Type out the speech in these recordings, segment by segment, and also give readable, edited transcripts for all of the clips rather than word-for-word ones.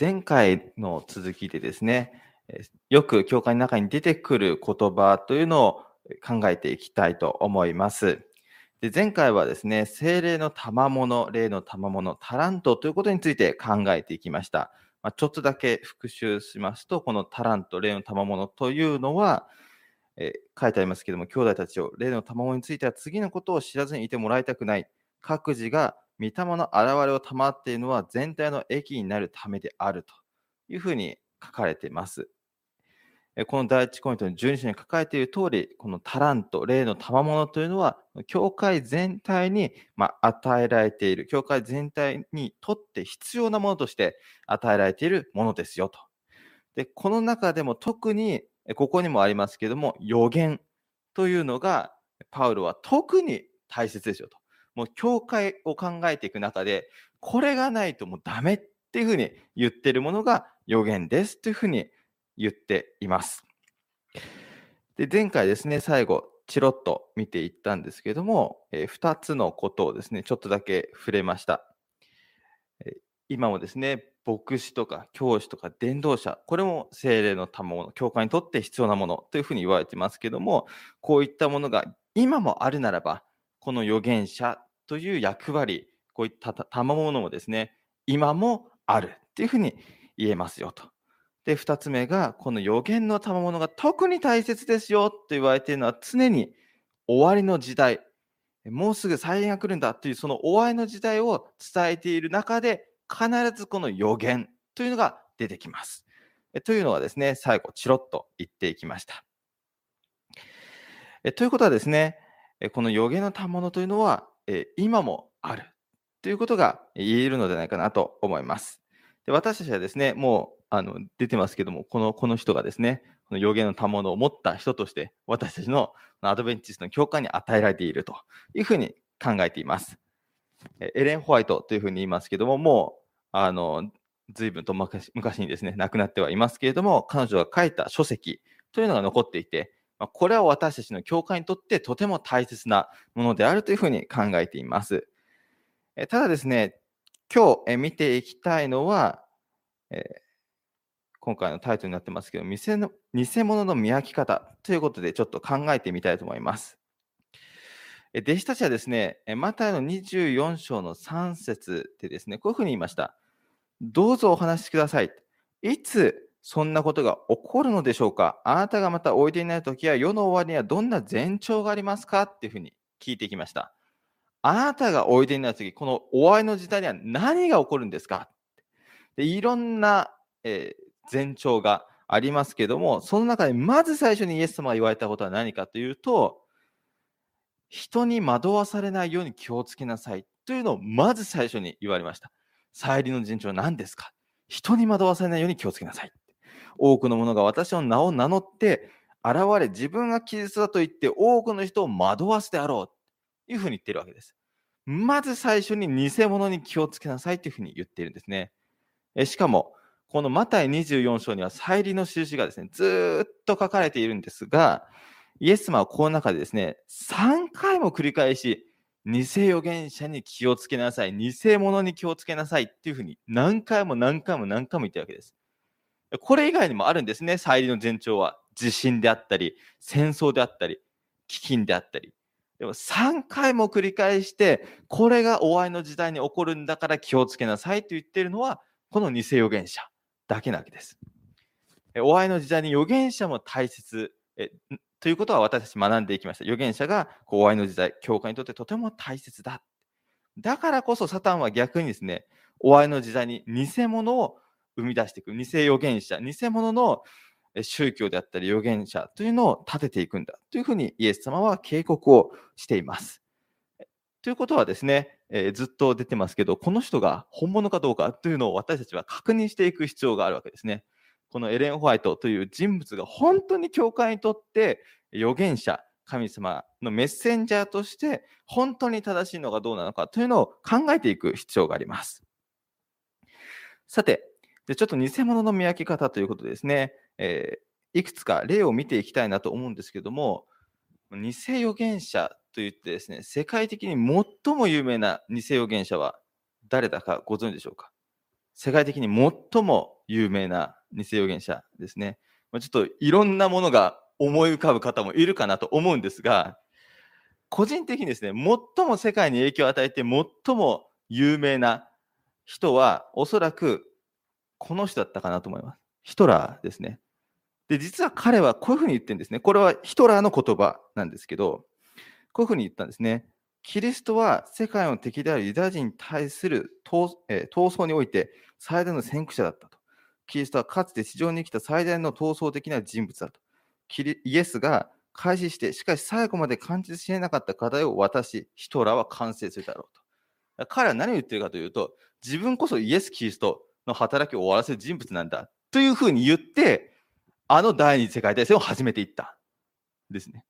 前回の続きでですね、よく教会の中に出てくる言葉というのを考えていきたいと思います。で、前回はですね、聖霊の賜物、霊の賜物、タラントということについて考えていきました。ちょっとだけ復習しますと、このタラント、霊の賜物というのは、書いてありますけども、兄弟たちを、霊の賜物については次のことを知らずにいてもらいたくない。各自が御霊の現れを賜っているのは全体の益になるためであるというふうに書かれています。この第一コイントの12章に書かれている通り、このタラント、霊の賜物というのは、教会全体に与えられている、教会全体にとって必要なものとして与えられているものですよと。で、この中でも特に、ここにもありますけども、預言というのが、パウロは特に大切ですよと。もう教会を考えていく中で、これがないともうダメっていうふうに言っているものが預言ですというふうに言っています。で、前回ですね、最後、チロッと見ていったんですけども、2つのことをですね、ちょっとだけ触れました。今もですね、牧師とか教師とか伝道者、これも聖霊の賜物、教会にとって必要なものというふうに言われていますけども、こういったものが今もあるならば、この預言者という役割、こういった賜物もですね、今もあるっていうふうに言えますよと。で、2つ目が、この預言の賜物が特に大切ですよと言われているのは、常に終わりの時代、もうすぐ再臨が来るんだというその終わりの時代を伝えている中で、必ずこの預言というのが出てきます。というのはですね、最後、チロッと言っていきました。ということはですね、この預言の賜物というのは、今もあるということが言えるのではないかなと思います。で、私たちはですね、もう出てますけども、この人がですね、この預言の賜物を持った人として、私たちのアドベンチストの教会に与えられているというふうに考えています。エレン・ホワイトというふうに言いますけども、もう随分と昔にですね、亡くなってはいますけれども、彼女が書いた書籍というのが残っていて、これは私たちの教会にとってとても大切なものであるというふうに考えています。ただですね、今日見ていきたいのは、今回のタイトルになってますけど、偽物の見分け方ということでちょっと考えてみたいと思います。弟子たちはですね、マタイの24章の3節でですね、こういうふうに言いました。どうぞお話しください。いつそんなことが起こるのでしょうか。あなたがまたおいでになるときは、世の終わりにはどんな前兆がありますかっていうふうに聞いてきました。あなたがおいでになるとき、この終わりの時代には何が起こるんですか。で、いろんな、前兆がありますけども、その中でまず最初にイエス様が言われたことは何かというと、人に惑わされないように気をつけなさいというのをまず最初に言われました。再臨の前兆は何ですか。人に惑わされないように気をつけなさい。多くの者が私の名を名乗って現れ、自分がキリストだと言って多くの人を惑わせてあろうというふうに言っているわけです。まず最初に偽物に気をつけなさいというふうに言っているんですね。しかも、このマタイ24章には再臨の印がですね、ずーっと書かれているんですが、イエス様はこの中でですね、3回も繰り返し、偽預言者に気をつけなさい、偽物に気をつけなさいっていうふうに何回も何回も何回も言ってるわけです。これ以外にもあるんですね、再臨の前兆は。地震であったり、戦争であったり、飢饉であったり。でも3回も繰り返して、これが終わりの時代に起こるんだから気をつけなさいと言っているのは、この偽預言者だけなわけです。終わりの時代に預言者も大切ということは私たち学んでいきました。預言者が終わりの時代、教会にとってとても大切だ。だからこそサタンは逆にですね、終わりの時代に偽物を生み出していく、偽預言者、偽物の宗教であったり預言者というのを立てていくんだというふうにイエス様は警告をしています。ということはですね、ずっと出てますけど、この人が本物かどうかというのを私たちは確認していく必要があるわけですね。このエレン・ホワイトという人物が本当に教会にとって預言者、神様のメッセンジャーとして本当に正しいのかどうなのかというのを考えていく必要があります。さて、ちょっと偽物の見分け方ということでですね、いくつか例を見ていきたいなと思うんですけども、偽預言者といってですね、世界的に最も有名な偽預言者は誰だかご存知でしょうか。 世界的に最も有名な偽預言者ですね。ちょっといろんなものが思い浮かぶ方もいるかなと思うんですが、個人的にですね、最も世界に影響を与えて最も有名な人は、おそらくこの人だったかなと思います。ヒトラーですね。で、実は彼はこういうふうに言ってるんですね。これはヒトラーの言葉なんですけど、こういうふうに言ったんですね。キリストは世界の敵であるユダヤ人に対する闘争において最大の先駆者だったと。キリストはかつて地上に生きた最大の闘争的な人物だと。イエスが開始して、しかし最後まで完結し得なかった課題を私、ヒトラーは完成するだろうと。彼は何を言ってるかというと、自分こそイエス・キリストの働きを終わらせる人物なんだというふうに言って、あの第二次世界大戦を始めていったですね。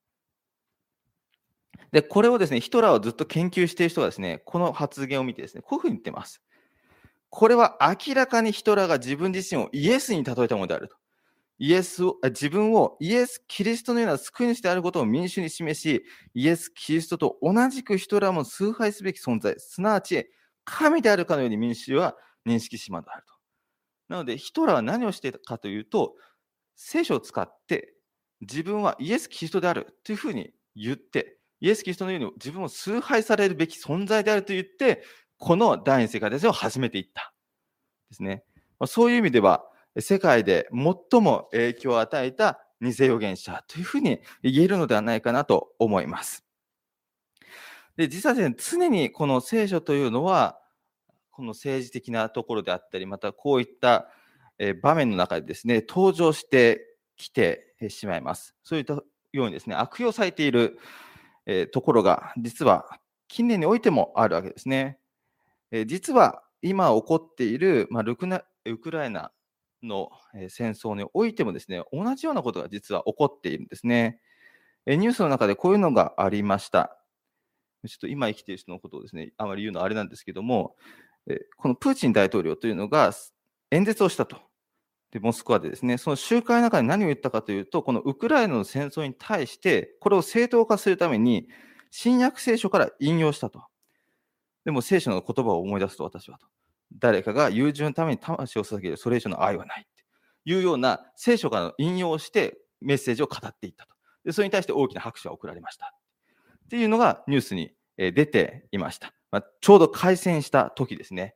で、これをですね、ヒトラーをずっと研究している人がですね、この発言を見てですね、こういうふうに言ってます。これは明らかにヒトラーが自分自身をイエスに例えたものであると。自分をイエス・キリストのような救い主であることを民衆に示し、イエス・キリストと同じくヒトラーも崇拝すべき存在、すなわち神であるかのように民衆は認識しまうであると。なので、ヒトラーは何をしていたかというと、聖書を使って自分はイエス・キリストであるというふうに言って、イエス・キリストのように自分を崇拝されるべき存在であると言って、この第二次世界大戦を始めていったですね。そういう意味では、世界で最も影響を与えた偽預言者というふうに言えるのではないかなと思います。で、実はですね、常にこの聖書というのは、この政治的なところであったり、またこういった場面の中でですね、登場してきてしまいます。そういったようにですね、悪用されているところが、実は近年においてもあるわけですね。実は今起こっている、ウクライナの戦争においてもですね、同じようなことが実は起こっているんですね。ニュースの中でこういうのがありました。ちょっと今生きている人のことをですね、あまり言うのはあれなんですけども、このプーチン大統領というのが演説をしたと。で、モスクワでですね、その集会の中で何を言ったかというと、このウクライナの戦争に対して、これを正当化するために、新約聖書から引用したと。でも聖書の言葉を思い出すと私はと。誰かが友人のために魂を捧げる、それ以上の愛はないっていうような聖書からの引用をしてメッセージを語っていったと。で、それに対して大きな拍手が送られました。っていうのがニュースに出ていました。ちょうど開戦した時ですね。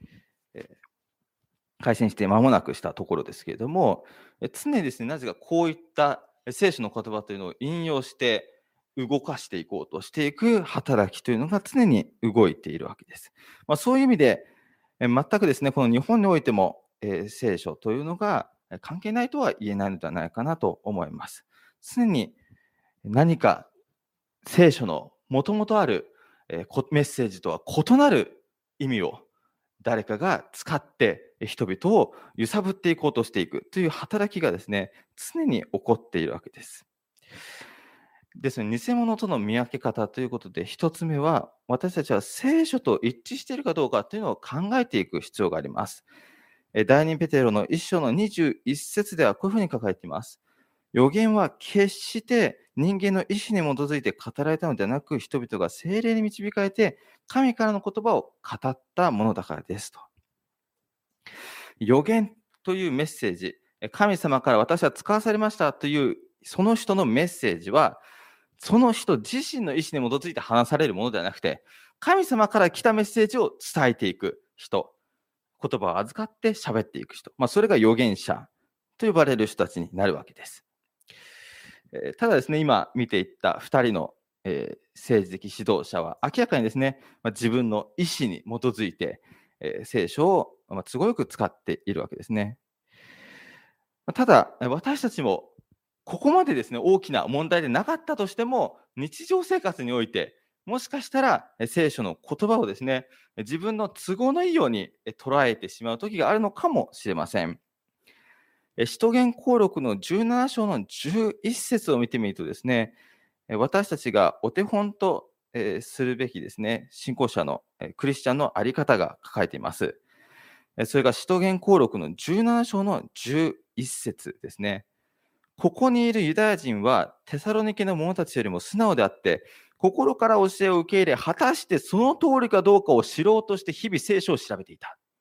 開戦して間もなくしたところですけれども、常にですね、なぜかこういった聖書の言葉というのを引用して動かしていこうとしていく働きというのが常に動いているわけです。そういう意味で、全くですね、この日本においても、聖書というのが関係ないとは言えないのではないかなと思います。常に何か聖書のもともとあるメッセージとは異なる意味を誰かが使って人々を揺さぶっていこうとしていくという働きがですね、常に起こっているわけです。ですので、偽物との見分け方ということで、一つ目は、私たちは聖書と一致しているかどうかというのを考えていく必要があります。第二ペテロの1章の21節ではこういうふうに書かれています。預言は決して人間の意思に基づいて語られたのではなく、人々が聖霊に導かれて、神からの言葉を語ったものだからですと。預言というメッセージ、神様から私は使わされましたというその人のメッセージは、その人自身の意思に基づいて話されるものではなくて、神様から来たメッセージを伝えていく人、言葉を預かって喋っていく人、それが預言者と呼ばれる人たちになるわけです。ただですね、今見ていった2人の政治的指導者は明らかにですね、自分の意思に基づいて聖書を都合よく使っているわけですね。ただ、私たちもここまでですね、大きな問題でなかったとしても、日常生活において、もしかしたら聖書の言葉をですね、自分の都合のいいように捉えてしまう時があるのかもしれません。使徒言行録の17章の11節を見てみるとですね、私たちがお手本とするべきですね、信仰者のクリスチャンのあり方が書かれています。それが使徒言行録の17章の11節ですね。ここにいるユダヤ人はテサロニケの者たちよりも素直であって、心から教えを受け入れ、果たしてその通りかどうかを知ろうとして日々聖書を調べていた。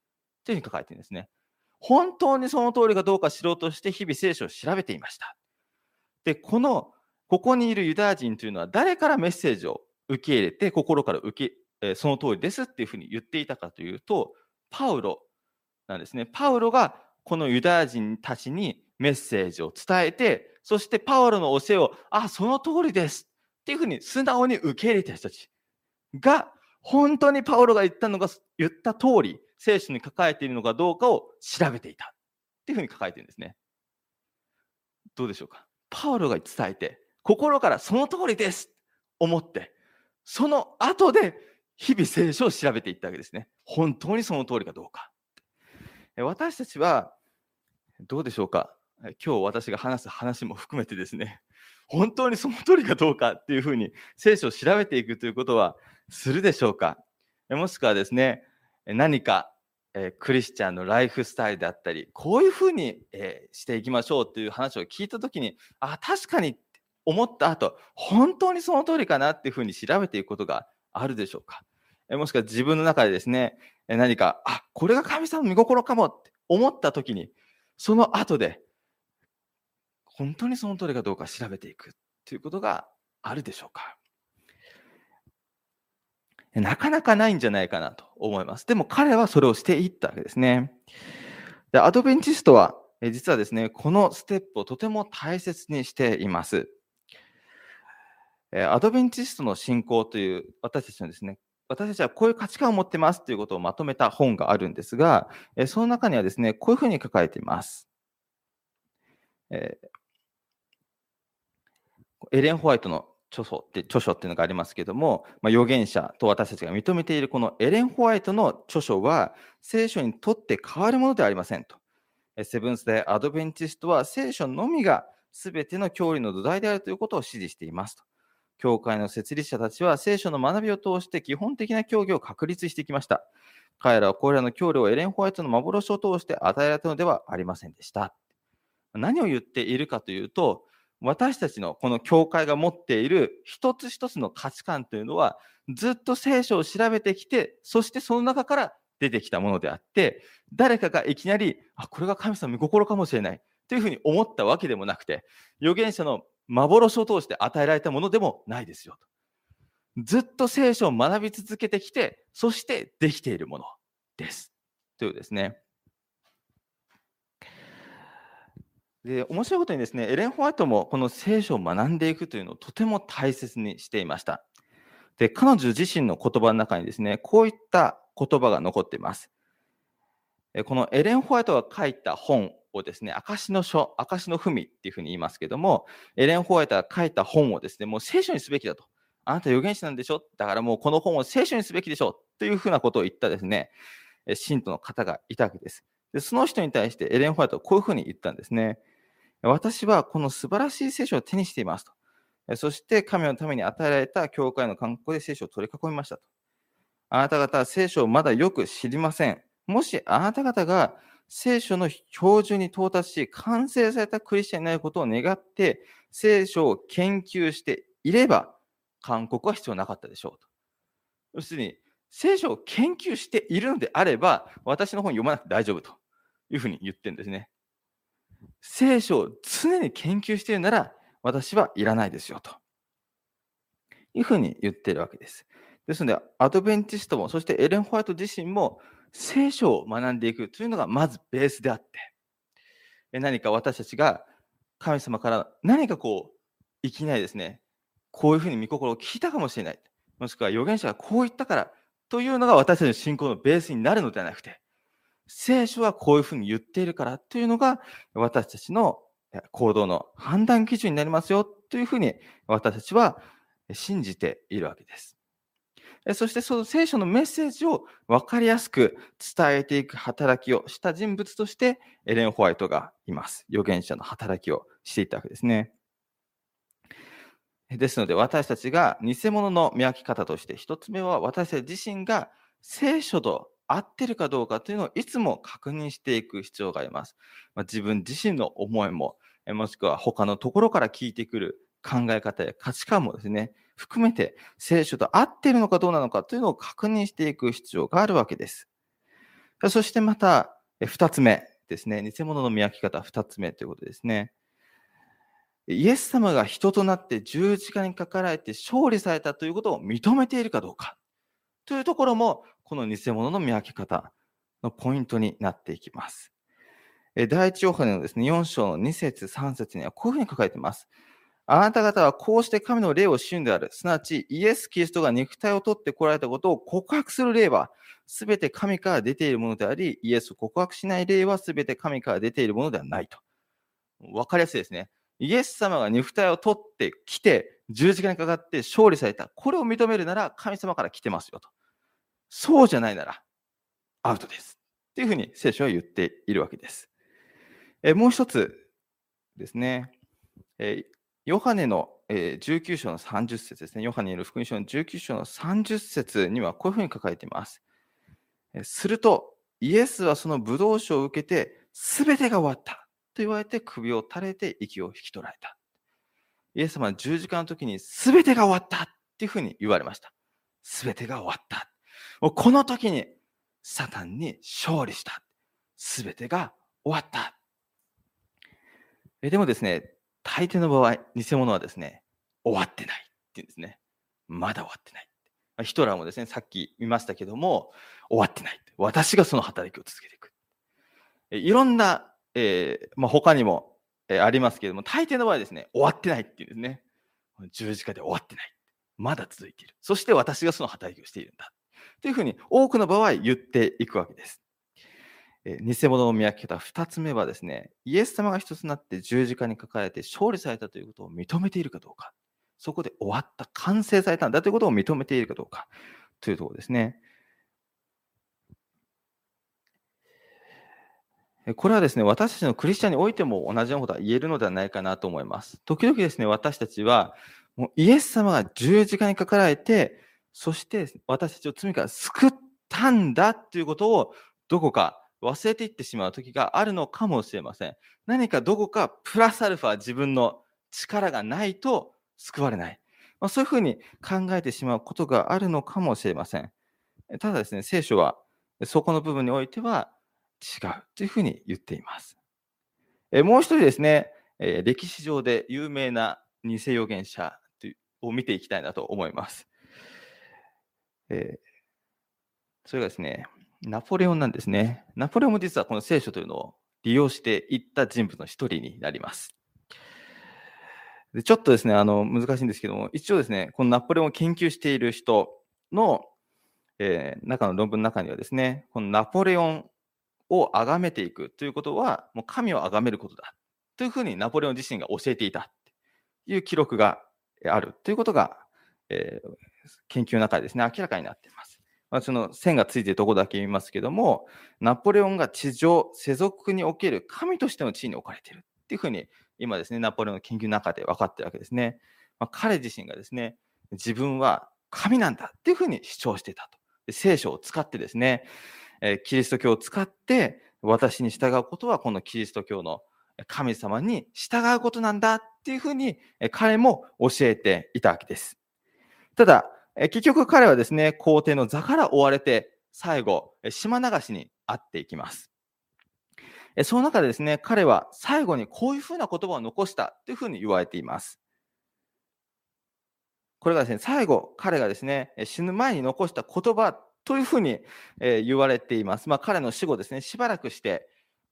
というふうに書かれているんですね。本当にその通りかどうか知ろうとして日々聖書を調べていました。で、ここにいるユダヤ人というのは誰からメッセージを受け入れて心からその通りですっていうふうに言っていたかというと、パウロなんですね。パウロがこのユダヤ人たちにメッセージを伝えて、そしてパウロの教えを、その通りですっていうふうに素直に受け入れた人たちが、本当にパウロが言った通り、聖書に書かれているのかどうかを調べていたっていうふうに書かれているんですね。どうでしょうか。パウロが伝えて、心からその通りです思って、その後で日々聖書を調べていったわけですね。本当にその通りかどうか。私たちはどうでしょうか。今日私が話す話も含めてですね、本当にその通りかどうかっていうふうに聖書を調べていくということはするでしょうか。もしくはですね、何かクリスチャンのライフスタイルであったり、こういうふうにしていきましょうという話を聞いたときに、確かに思った後、本当にその通りかなっていうふうに調べていくことがあるでしょうか。もしくは自分の中でですね、何か、これが神様の御心かもって思ったときに、その後で、本当にその通りかどうか調べていくということがあるでしょうか。なかなかないんじゃないかなと思います。でも彼はそれをしていったわけですね。で、アドベンチストは、実はですね、このステップをとても大切にしています。アドベンチストの信仰という私たちのですね、私たちはこういう価値観を持ってますということをまとめた本があるんですが、その中にはですね、こういうふうに書かれています。エレン・ホワイトの著書っていうのがありますけども、預言者と私たちが認めているこのエレン・ホワイトの著書は、聖書にとって変わるものではありませんと。セブンス・デイ・アドベンチストは聖書のみが全ての教理の土台であるということを支持していますと。教会の設立者たちは聖書の学びを通して基本的な教義を確立してきました。彼らはこれらの教理をエレン・ホワイトの幻を通して与えられたのではありませんでした。何を言っているかというと、私たちのこの教会が持っている一つ一つの価値観というのは、ずっと聖書を調べてきて、そしてその中から出てきたものであって、誰かがいきなり、これが神様の御心かもしれないというふうに思ったわけでもなくて、預言者の幻を通して与えられたものでもないですよと。ずっと聖書を学び続けてきて、そしてできているものです。というですね。で、面白いことにですね、エレン・ホワイトもこの聖書を学んでいくというのをとても大切にしていました。で、彼女自身の言葉の中にですね、こういった言葉が残っています。このエレン・ホワイトが書いた本をですね、証の書、証の文っていうふうに言いますけども、エレン・ホワイトが書いた本をですね、もう聖書にすべきだと。あなた預言者なんでしょ、だからもうこの本を聖書にすべきでしょというふうなことを言ったですね、信徒の方がいたわけです。で、その人に対してエレン・ホワイトはこういうふうに言ったんですね。私はこの素晴らしい聖書を手にしていますと。そして神のために与えられた教会の観光で聖書を取り囲みましたと。あなた方は聖書をまだよく知りません。もしあなた方が聖書の標準に到達し、完成されたクリスチャンになることを願って、聖書を研究していれば、勧告は必要なかったでしょうと。要するに、聖書を研究しているのであれば、私の本読まなくて大丈夫というふうに言ってるんですね。聖書を常に研究しているなら、私はいらないですよというふうに言っているわけです。ですので、アドベンチストも、そしてエレン・ホワイト自身も、聖書を学んでいくというのがまずベースであって、何か私たちが神様から何かいきなりですね、こういうふうに御心を聞いたかもしれない。もしくは預言者がこう言ったからというのが私たちの信仰のベースになるのではなくて、聖書はこういうふうに言っているからというのが私たちの行動の判断基準になりますよというふうに私たちは信じているわけです。そしてその聖書のメッセージを分かりやすく伝えていく働きをした人物としてエレン・ホワイトがいます。預言者の働きをしていたわけですね。ですので私たちが偽物の見分け方として一つ目は私たち自身が聖書と合ってるかどうかというのをいつも確認していく必要があります。自分自身の思いも、もしくは他のところから聞いてくる考え方や価値観もですね、含めて聖書と合っているのかどうなのかというのを確認していく必要があるわけです。 そしてまた、2つ目ですね。偽物の見分け方、2つ目ということですね。イエス様が人となって十字架にかかられて勝利されたということを認めているかどうかというところも、この偽物の見分け方のポイントになっていきます。第一ヨハネのですね、4章の2節3節にはこういうふうに書かれています。あなた方はこうして神の霊を信んである。すなわち、イエス・キリストが肉体を取って来られたことを告白する霊は、すべて神から出ているものであり、イエスを告白しない霊はすべて神から出ているものではないと。わかりやすいですね。イエス様が肉体を取ってきて、十字架にかかって勝利された。これを認めるなら神様から来てますよと。そうじゃないならアウトです。っていうふうに聖書は言っているわけです。もう一つですね。ヨハネの19章の30節ですね。ヨハネによる福音書の19章の30節にはこういうふうに書かれています。すると、イエスはそのブドウ酒を受けて、すべてが終わったと言われて首を垂れて息を引き取られた。イエス様は十字架の時にすべてが終わったっていうふうに言われました。すべてが終わった。もうこの時にサタンに勝利した。すべてが終わった。でもですね、大抵の場合、偽物はですね、終わってないっていうんですね。まだ終わってない。ヒトラーもですね、さっき見ましたけども、終わってない。私がその働きを続けていく。いろんな、他にも、ありますけれども、大抵の場合ですね、終わってないっていうんですね。十字架で終わってない。まだ続いている。そして私がその働きをしているんだ。というふうに多くの場合言っていくわけです。偽物の見分け方2つ目はですね、イエス様が一つになって十字架にかかれて勝利されたということを認めているかどうか、そこで終わった、完成されたんだということを認めているかどうかというところですね。これはですね、私たちのクリスチャンにおいても同じようなことは言えるのではないかなと思います。時々ですね、私たちは、もうイエス様が十字架にかかられて、そして私たちを罪から救ったんだということをどこか忘れていってしまう時があるのかもしれません。何かどこかプラスアルファ自分の力がないと救われない。そういうふうに考えてしまうことがあるのかもしれません。ただですね、聖書はそこの部分においては違うというふうに言っています。もう一人ですね、歴史上で有名な偽預言者を見ていきたいなと思います。それがですね、ナポレオンなんですね。ナポレオンも実はこの聖書というのを利用していった人物の一人になります。でちょっとですね、難しいんですけども、一応ですね、このナポレオンを研究している人の、中の論文の中にはですね、このナポレオンを崇めていくということは、もう神を崇めることだというふうにナポレオン自身が教えていたという記録があるということが、研究の中でですね、明らかになっています。その線がついているところだけ見ますけども、ナポレオンが地上、世俗における神としての地位に置かれているっていうふうに、今ですね、ナポレオンの研究の中で分かっているわけですね。彼自身がですね、自分は神なんだっていうふうに主張していたと。で聖書を使ってですね、キリスト教を使って私に従うことはこのキリスト教の神様に従うことなんだっていうふうに彼も教えていたわけです。ただ、結局彼はですね、皇帝の座から追われて、最後、島流しに遭っていきます。その中でですね、彼は最後にこういうふうな言葉を残したというふうに言われています。これがですね、最後、彼がですね、死ぬ前に残した言葉というふうに言われています。彼の死後ですね、しばらくして、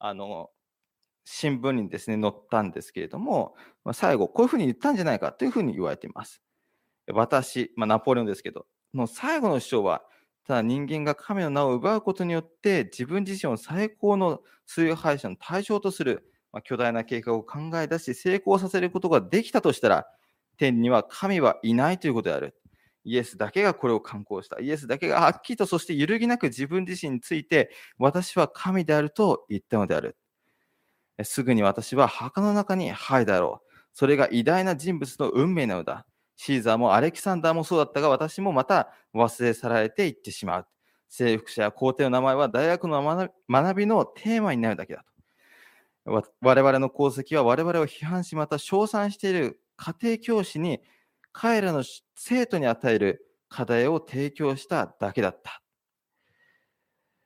新聞にですね、載ったんですけれども、最後、こういうふうに言ったんじゃないかというふうに言われています。私、ナポレオンですけど、の最後の主張は、ただ人間が神の名を奪うことによって、自分自身を最高の崇拝者の対象とする、巨大な計画を考え出し、成功させることができたとしたら、天には神はいないということである。イエスだけがこれを敢行した。イエスだけがはっきりと、そして揺るぎなく自分自身について、私は神であると言ったのである。すぐに私は墓の中に入るだろう。それが偉大な人物の運命なのだ。シーザーもアレキサンダーもそうだったが、私もまた忘れ去られていってしまう。征服者や皇帝の名前は大学の学びのテーマになるだけだと。我々の功績は我々を批判し、また称賛している家庭教師に彼らの生徒に与える課題を提供しただけだった。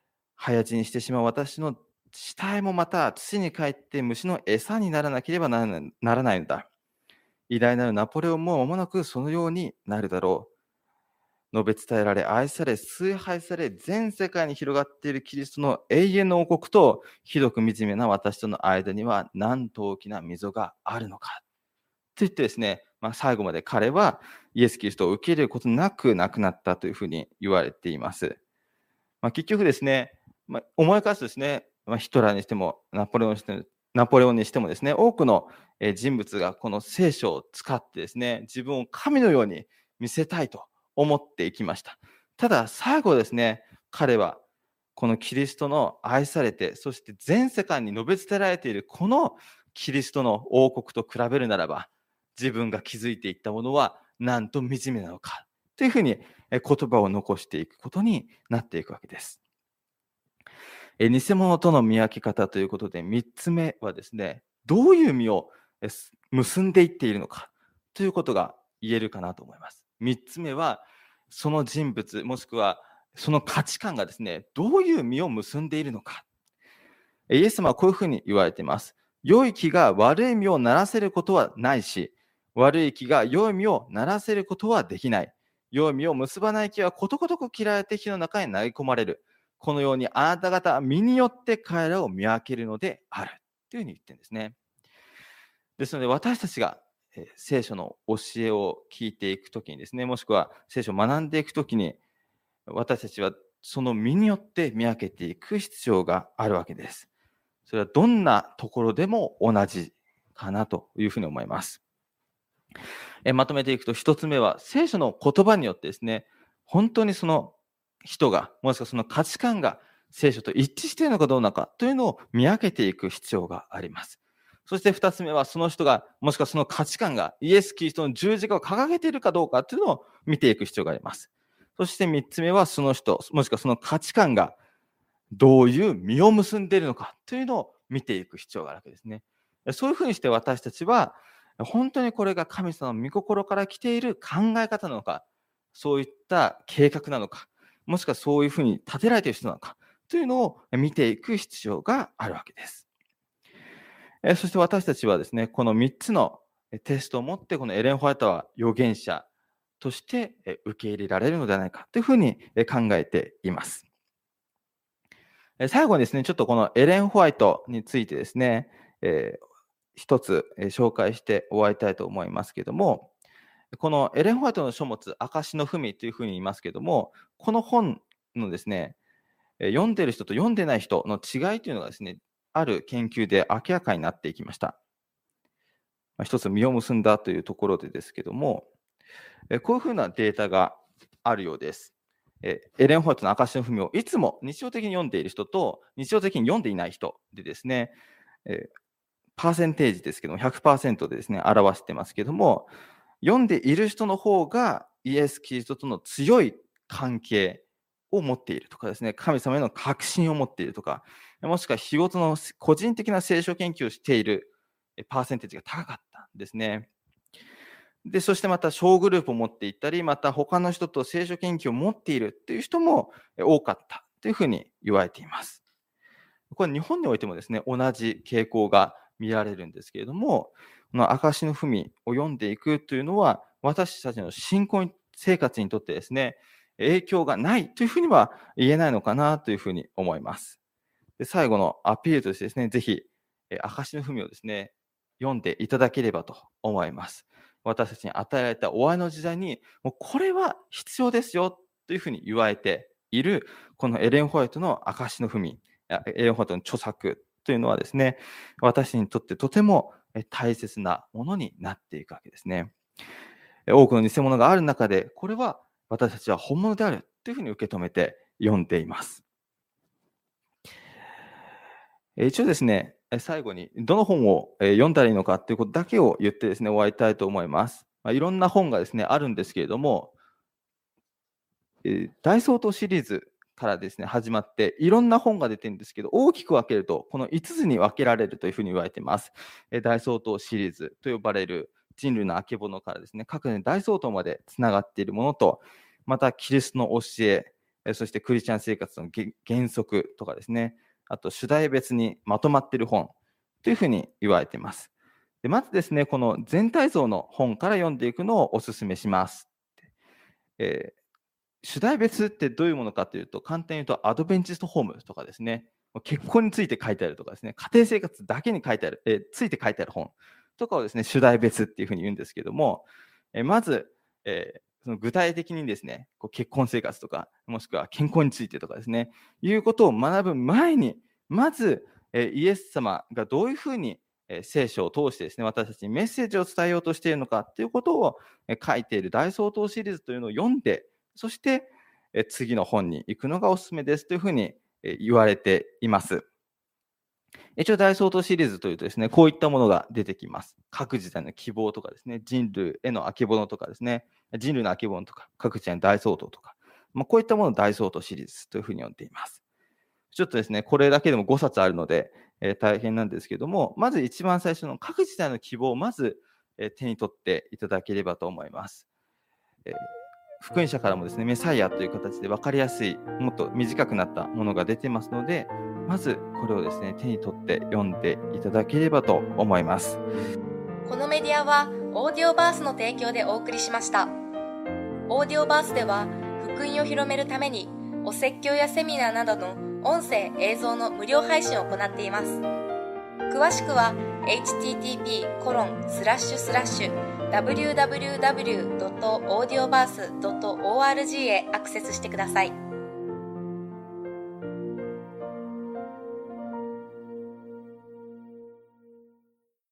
早死にしてしまう私の死体もまた土に帰って虫の餌にならなければならないのだ。偉大なるナポレオンも間もなくそのようになるだろう。述べ伝えられ、愛され、崇拝され、全世界に広がっているキリストの永遠の王国と、ひどく惨めな私との間には、なんと大きな溝があるのか。と言ってですね、最後まで彼はイエス・キリストを受け入れることなく亡くなったというふうに言われています。結局ですね、思い返すとですね、ヒトラーにしてもナポレオンにしてもですね、多くの人物がこの聖書を使ってですね、自分を神のように見せたいと思っていきました。ただ最後ですね、彼はこのキリストの愛されて、そして全世界に述べ伝えられているこのキリストの王国と比べるならば、自分が築いていったものはなんと惨めなのかというふうに言葉を残していくことになっていくわけです。偽物との見分け方ということで、3つ目はですね、どういう実を結んでいっているのかということが言えるかなと思います。3つ目は、その人物、もしくはその価値観がですね、どういう実を結んでいるのか。イエス様はこういうふうに言われています。良い木が悪い実をならせることはないし、悪い木が良い実をならせることはできない。良い実を結ばない木はことごとく切られて火の中に投げ込まれる。このようにあなた方は実によって彼らを見分けるのである。というふうに言ってるんですね。ですので私たちが聖書の教えを聞いていくときにですね、もしくは聖書を学んでいくときに、私たちはその実によって見分けていく必要があるわけです。それはどんなところでも同じかなというふうに思います。まとめていくと、一つ目は聖書の言葉によってですね、本当にその人が、もしくはその価値観が聖書と一致しているのかどうなのかというのを見分けていく必要があります。そして二つ目は、その人が、もしくはその価値観がイエス・キリストの十字架を掲げているかどうかというのを見ていく必要があります。そして三つ目は、その人、もしくはその価値観がどういう実を結んでいるのかというのを見ていく必要があるわけですね。そういうふうにして私たちは、本当にこれが神様の御心から来ている考え方なのか、そういった計画なのか、もしくはそういうふうに立てられている人なのかというのを見ていく必要があるわけです。そして私たちはですね、この3つのテストを持って、このエレン・ホワイトは預言者として受け入れられるのではないかというふうに考えています。最後にですね、ちょっとこのエレン・ホワイトについてですね、一つ紹介して終わりたいと思いますけども、このエレン・ホワイトの書物、証の文というふうに言いますけども、この本のですね、読んでる人と読んでない人の違いというのがですね、ある研究で明らかになっていきました。一つ実を結んだというところでですけども、こういうふうなデータがあるようです。エレン・ホワイトの証の文をいつも日常的に読んでいる人と日常的に読んでいない人でですね、パーセンテージですけども 100% でですね、表してますけども、読んでいる人の方がイエス・キリストとの強い関係を持っているとかですね、神様への確信を持っているとか、もしくは日ごとの個人的な聖書研究をしているパーセンテージが高かったんですね。で、そしてまた小グループを持っていったり、また他の人と聖書研究を持っているという人も多かったというふうに言われています。これ日本においてもですね、同じ傾向が見られるんですけれども、この証の文を読んでいくというのは、私たちの信仰生活にとってですね、影響がないというふうには言えないのかなというふうに思います。で、最後のアピールとしてですね、ぜひ、証の文をですね、読んでいただければと思います。私たちに与えられた終わりの時代に、もうこれは必要ですよというふうに言われている、このエレン・ホワイトの証の文、エレン・ホワイトの著作というのはですね、私にとってとても大切なものになっていくわけですね。多くの偽物がある中で、これは私たちは本物であるというふうに受け止めて読んでいます。一応ですね、最後にどの本を読んだらいいのかということだけを言ってですね、終わりたいと思います。いろんな本がですね、あるんですけれども、大総統シリーズからですね、始まって、いろんな本が出てるんですけど、大きく分けると、この5つに分けられるというふうに言われています。大総統シリーズと呼ばれる人類のあけぼのからですね、各年大総統までつながっているものと、またキリストの教え、 そしてクリスチャン生活の原則とかですね、あと主題別にまとまっている本というふうに言われています。でまずですね、この全体像の本から読んでいくのをお勧めします。主題別ってどういうものかというと、簡単に言うとアドベンチストホームとかですね、結婚について書いてあるとかですね、家庭生活だけに書いてある、ついて書いてある本とかをですね、主題別っていうふうに言うんですけども、まず、その具体的にですね、結婚生活とか、もしくは健康についてとかですね、いうことを学ぶ前に、まず、イエス様がどういうふうに聖書を通してですね、私たちにメッセージを伝えようとしているのかということを書いている大総統シリーズというのを読んで、そして次の本に行くのがおすすめですというふうに言われています。一応大総統シリーズというとですね、こういったものが出てきます。各時代の希望とかですね、人類へのあけぼのとかですね、人類のあけぼのとか、各時代の大総統とか、こういったものを大総統シリーズというふうに呼んでいます。ちょっとですね、これだけでも5冊あるので、大変なんですけども、まず一番最初の各時代の希望をまず、手に取っていただければと思います。福音社からもですね、メサイアという形で分かりやすい、もっと短くなったものが出てますので、まずこれをですね、手に取って読んでいただければと思います。 このメディアはオーディオバースの提供でお送りしました。オーディオバースでは福音を広めるためにお説教やセミナーなどの音声映像の無料配信を行っています。詳しくは http://www.audioverse.org へアクセスしてください。